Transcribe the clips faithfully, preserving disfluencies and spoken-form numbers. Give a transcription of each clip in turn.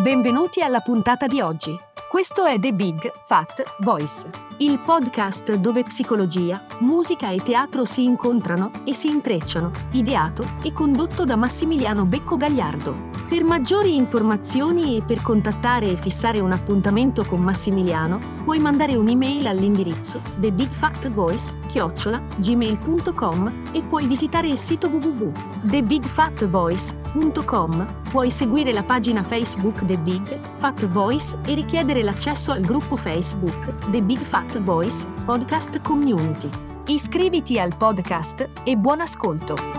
Benvenuti alla puntata di oggi. Questo è The Big Fat Voice, il podcast dove psicologia, musica e teatro si incontrano e si intrecciano, ideato e condotto da Massimiliano Becco Gagliardo. Per maggiori informazioni e per contattare e fissare un appuntamento con Massimiliano, puoi mandare un'email all'indirizzo the big fat voice chiocciola gmail punto com e puoi visitare il sito w w w punto the big fat voice punto com. Puoi seguire la pagina Facebook The Big Fat Voice e richiedere l'accesso al gruppo Facebook The Big Fat Voice Podcast Community. Iscriviti al podcast e buon ascolto!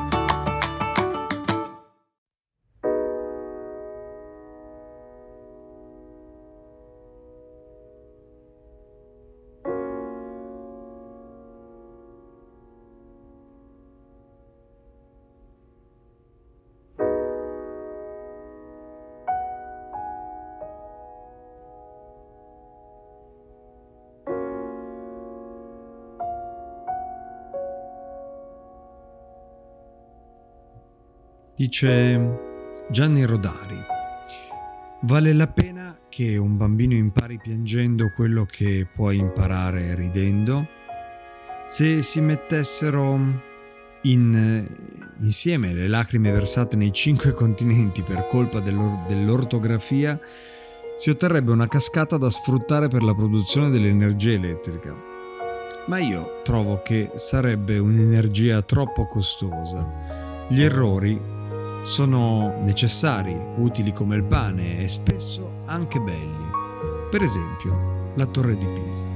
Dice Gianni Rodari: vale la pena che un bambino impari piangendo quello che puoi imparare ridendo? Se si mettessero in, insieme le lacrime versate nei cinque continenti per colpa dell'or- dell'ortografia, si otterrebbe una cascata da sfruttare per la produzione dell'energia elettrica. Ma io trovo che sarebbe un'energia troppo costosa. Gli errori sono necessari, utili come il pane e spesso anche belli. Per esempio, la Torre di Pisa.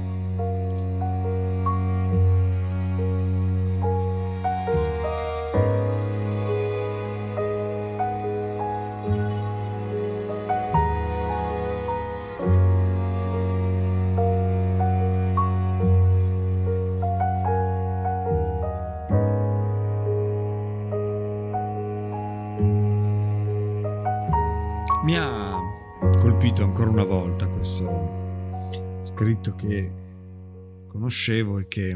Mi ha colpito ancora una volta questo scritto che conoscevo e che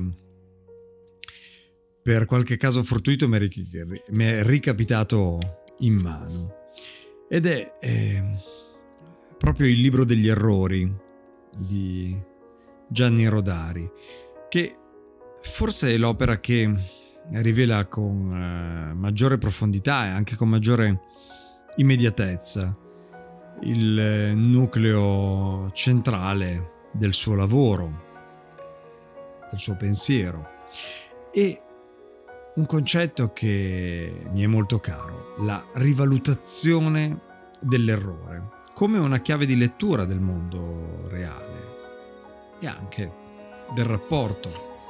per qualche caso fortuito mi è, ric- mi è ricapitato in mano, ed è eh, proprio il libro degli errori di Gianni Rodari, che forse è l'opera che rivela con eh, maggiore profondità e anche con maggiore immediatezza il nucleo centrale del suo lavoro, del suo pensiero, e un concetto che mi è molto caro: la rivalutazione dell'errore come una chiave di lettura del mondo reale e anche del rapporto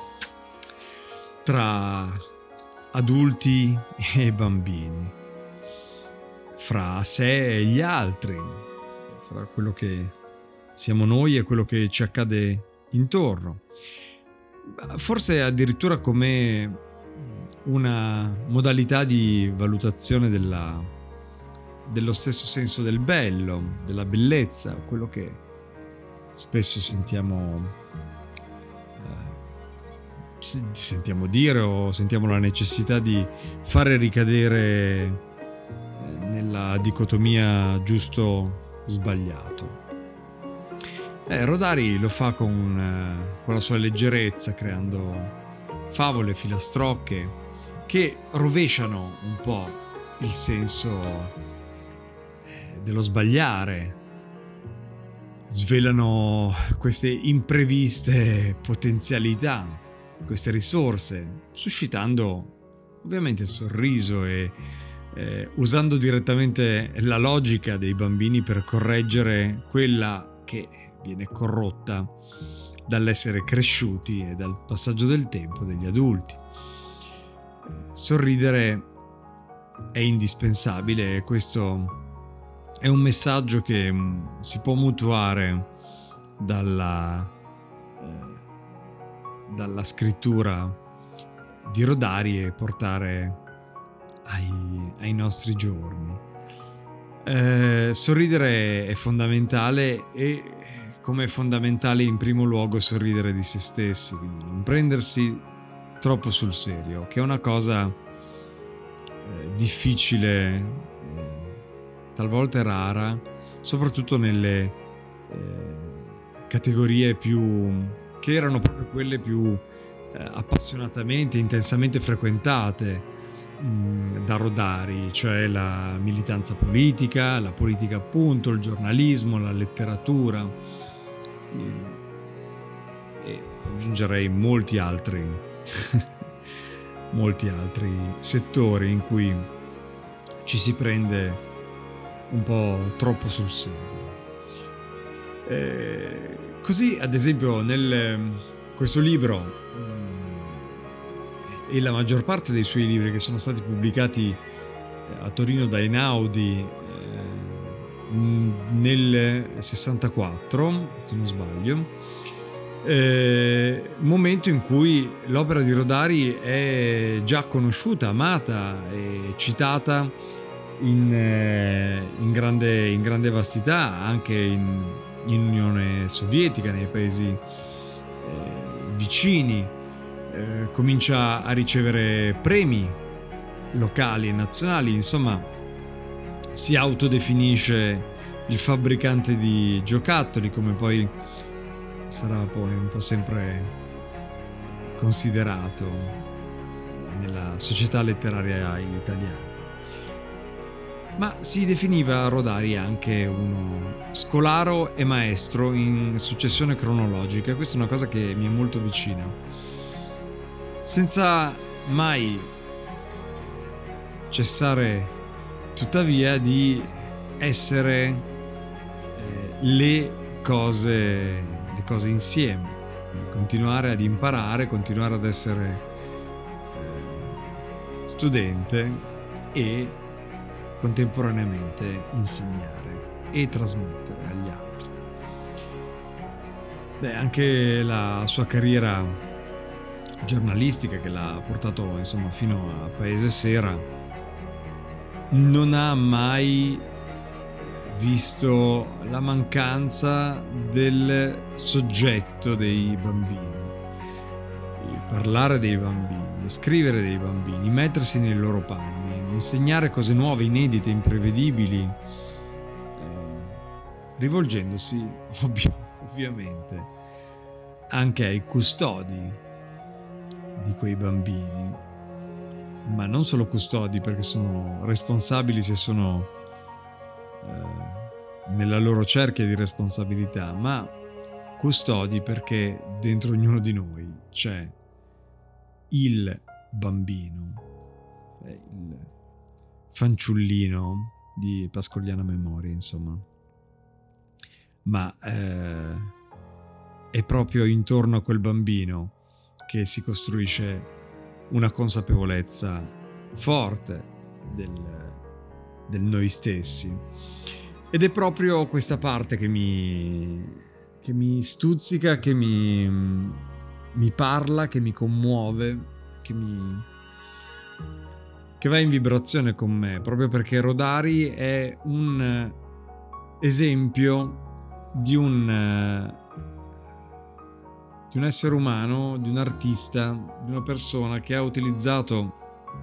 tra adulti e bambini, fra sé e gli altri, fra quello che siamo noi e quello che ci accade intorno. Forse addirittura come una modalità di valutazione della, dello stesso senso del bello, della bellezza, quello che spesso sentiamo, eh, sentiamo dire o sentiamo la necessità di fare ricadere nella dicotomia giusto-sbagliato. Eh, Rodari lo fa con, eh, con la sua leggerezza, creando favole, filastrocche che rovesciano un po' il senso eh, dello sbagliare, svelano queste impreviste potenzialità, queste risorse, suscitando ovviamente il sorriso e Eh, usando direttamente la logica dei bambini per correggere quella che viene corrotta dall'essere cresciuti e dal passaggio del tempo degli adulti. Eh, sorridere è indispensabile, e questo è un messaggio che mh, si può mutuare dalla, eh, dalla scrittura di Rodari e portare Ai, ai nostri giorni. Eh, sorridere è fondamentale, e come è fondamentale in primo luogo sorridere di se stessi, quindi non prendersi troppo sul serio, che è una cosa eh, difficile eh, talvolta è rara, soprattutto nelle eh, categorie più che erano proprio quelle più eh, appassionatamente, intensamente frequentate mh, da Rodari, cioè la militanza politica, la politica appunto, il giornalismo, la letteratura e, e aggiungerei molti altri molti altri settori in cui ci si prende un po' troppo sul serio. Eh, così, ad esempio, nel questo libro mh, e la maggior parte dei suoi libri che sono stati pubblicati a Torino da Einaudi eh, nel sessantaquattro, se non sbaglio, Eh, momento in cui l'opera di Rodari è già conosciuta, amata e citata in, eh, in, grande, in grande vastità anche in, in Unione Sovietica, nei paesi eh, vicini, eh, comincia a ricevere premi locali e nazionali, insomma si autodefinisce il fabbricante di giocattoli, come poi sarà poi un po' sempre considerato nella società letteraria italiana. Ma si definiva Rodari anche uno scolaro e maestro in successione cronologica. Questa è una cosa che mi è molto vicina, senza mai cessare tuttavia di essere eh, le cose cose insieme, continuare ad imparare, continuare ad essere eh, studente e contemporaneamente insegnare e trasmettere agli altri. Beh, anche la sua carriera giornalistica, che l'ha portato insomma fino a Paese Sera, non ha mai visto la mancanza del soggetto dei bambini, parlare dei bambini, scrivere dei bambini, mettersi nei loro panni, insegnare cose nuove, inedite, imprevedibili, eh, rivolgendosi ovvio, ovviamente anche ai custodi di quei bambini, ma non solo custodi perché sono responsabili se sono nella loro cerchia di responsabilità, ma custodi perché dentro ognuno di noi c'è il bambino, il fanciullino di Pasqualiana Memoria, insomma. Ma eh, è proprio intorno a quel bambino che si costruisce una consapevolezza forte del del noi stessi, ed è proprio questa parte che mi che mi stuzzica, che mi mi parla, che mi commuove, che mi che va in vibrazione con me, proprio perché Rodari è un esempio di un di un essere umano, di un artista, di una persona che ha utilizzato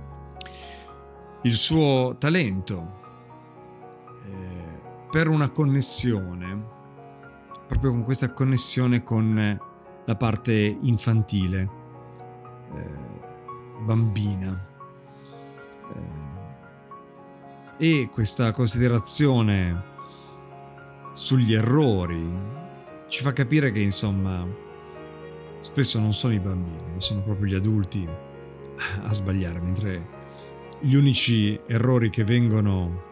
il suo talento eh, per una connessione, proprio con questa connessione con la parte infantile, eh, bambina, eh, e questa considerazione sugli errori ci fa capire che insomma spesso non sono i bambini, ma sono proprio gli adulti a sbagliare, mentre gli unici errori che vengono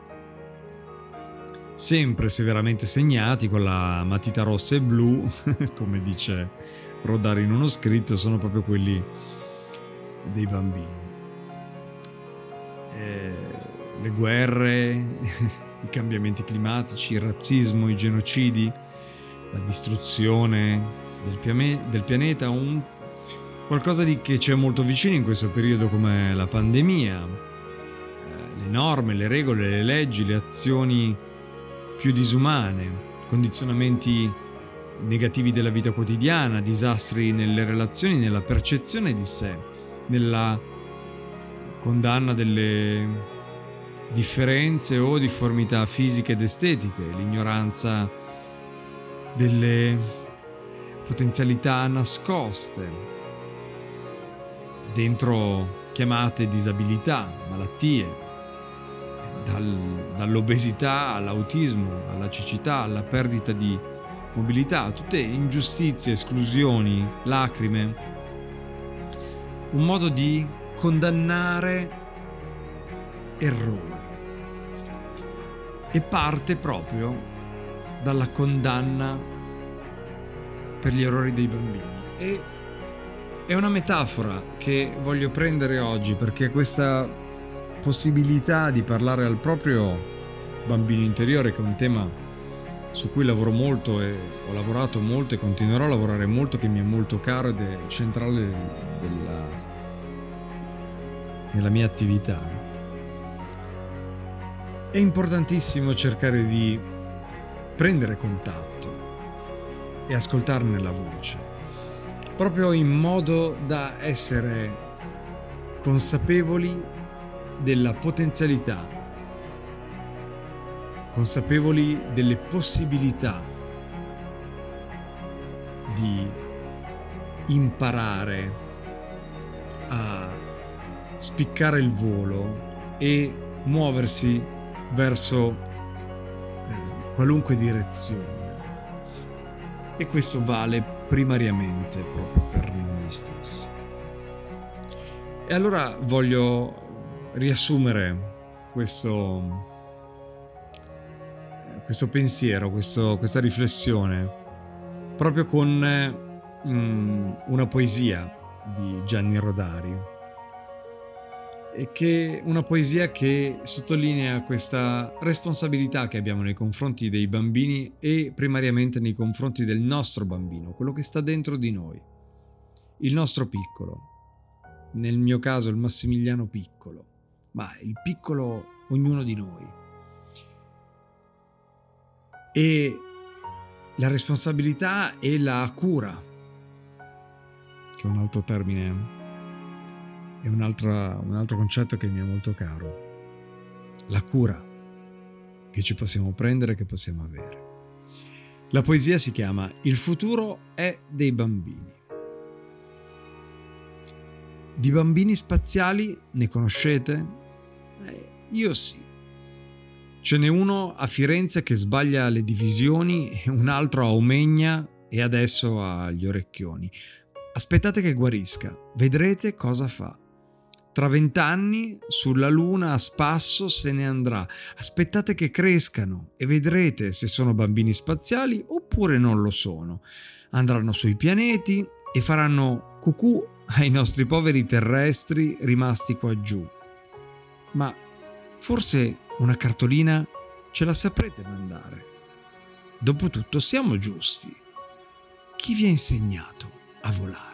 sempre severamente segnati con la matita rossa e blu, come dice Rodari in uno scritto, sono proprio quelli dei bambini. Eh, le guerre, i cambiamenti climatici, il razzismo, i genocidi, la distruzione del, piame- del pianeta, un qualcosa di che ci è molto vicino in questo periodo come la pandemia. Le norme, le regole, le leggi, le azioni più disumane, condizionamenti negativi della vita quotidiana, disastri nelle relazioni, nella percezione di sé, nella condanna delle differenze o difformità fisiche ed estetiche, l'ignoranza delle potenzialità nascoste dentro chiamate disabilità, malattie, dal, dall'obesità all'autismo, alla cecità, alla perdita di mobilità, tutte ingiustizie, esclusioni, lacrime, un modo di condannare errori, e parte proprio dalla condanna per gli errori dei bambini. E è una metafora che voglio prendere oggi, perché questa possibilità di parlare al proprio bambino interiore, che è un tema su cui lavoro molto e ho lavorato molto e continuerò a lavorare molto, che mi è molto caro ed è centrale della, nella mia attività. È importantissimo cercare di prendere contatto e ascoltarne la voce, proprio in modo da essere consapevoli della potenzialità, consapevoli delle possibilità di imparare a spiccare il volo e muoversi verso eh, qualunque direzione. E questo vale primariamente proprio per noi stessi. E allora voglio riassumere questo, questo pensiero, questo, questa riflessione proprio con mm, una poesia di Gianni Rodari, e che una poesia che sottolinea questa responsabilità che abbiamo nei confronti dei bambini e primariamente nei confronti del nostro bambino, quello che sta dentro di noi, il nostro piccolo, nel mio caso il Massimiliano piccolo, ma il piccolo ognuno di noi. E la responsabilità e la cura, che è un altro termine, è un altro, un altro concetto che mi è molto caro, la cura che ci possiamo prendere, che possiamo avere. La poesia si chiama Il futuro è dei bambini. Di bambini spaziali ne conoscete? Eh, io sì. Ce n'è uno a Firenze che sbaglia le divisioni e un altro a Omegna e adesso ha gli orecchioni. Aspettate che guarisca, vedrete cosa fa. Tra vent'anni sulla Luna a spasso se ne andrà. Aspettate che crescano e vedrete se sono bambini spaziali oppure non lo sono. Andranno sui pianeti e faranno cucù ai nostri poveri terrestri rimasti qua giù. Ma forse una cartolina ce la saprete mandare. Dopotutto siamo giusti. Chi vi ha insegnato a volare?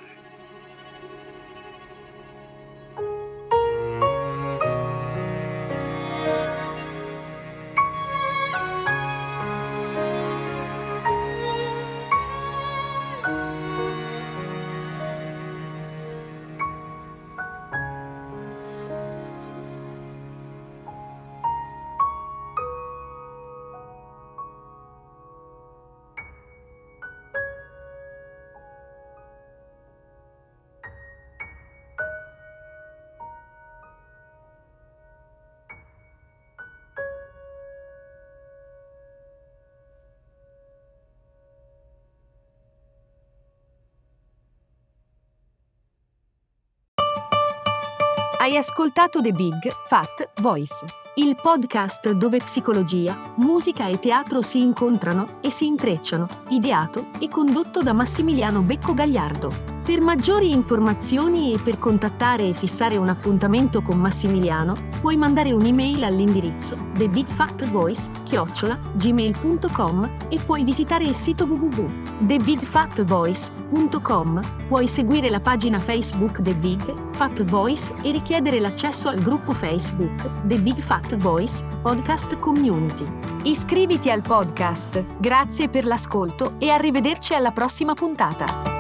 Hai ascoltato The Big Fat Voice, il podcast dove psicologia, musica e teatro si incontrano e si intrecciano, ideato e condotto da Massimiliano Becco Gagliardo. Per maggiori informazioni e per contattare e fissare un appuntamento con Massimiliano, puoi mandare un'email all'indirizzo the big fat voice chiocciola gmail punto com e puoi visitare il sito w w w punto the big fat voice punto com. Puoi seguire la pagina Facebook The Big Fat Voice e richiedere l'accesso al gruppo Facebook The Big Fat Voice Podcast Community. Iscriviti al podcast. Grazie per l'ascolto e arrivederci alla prossima puntata.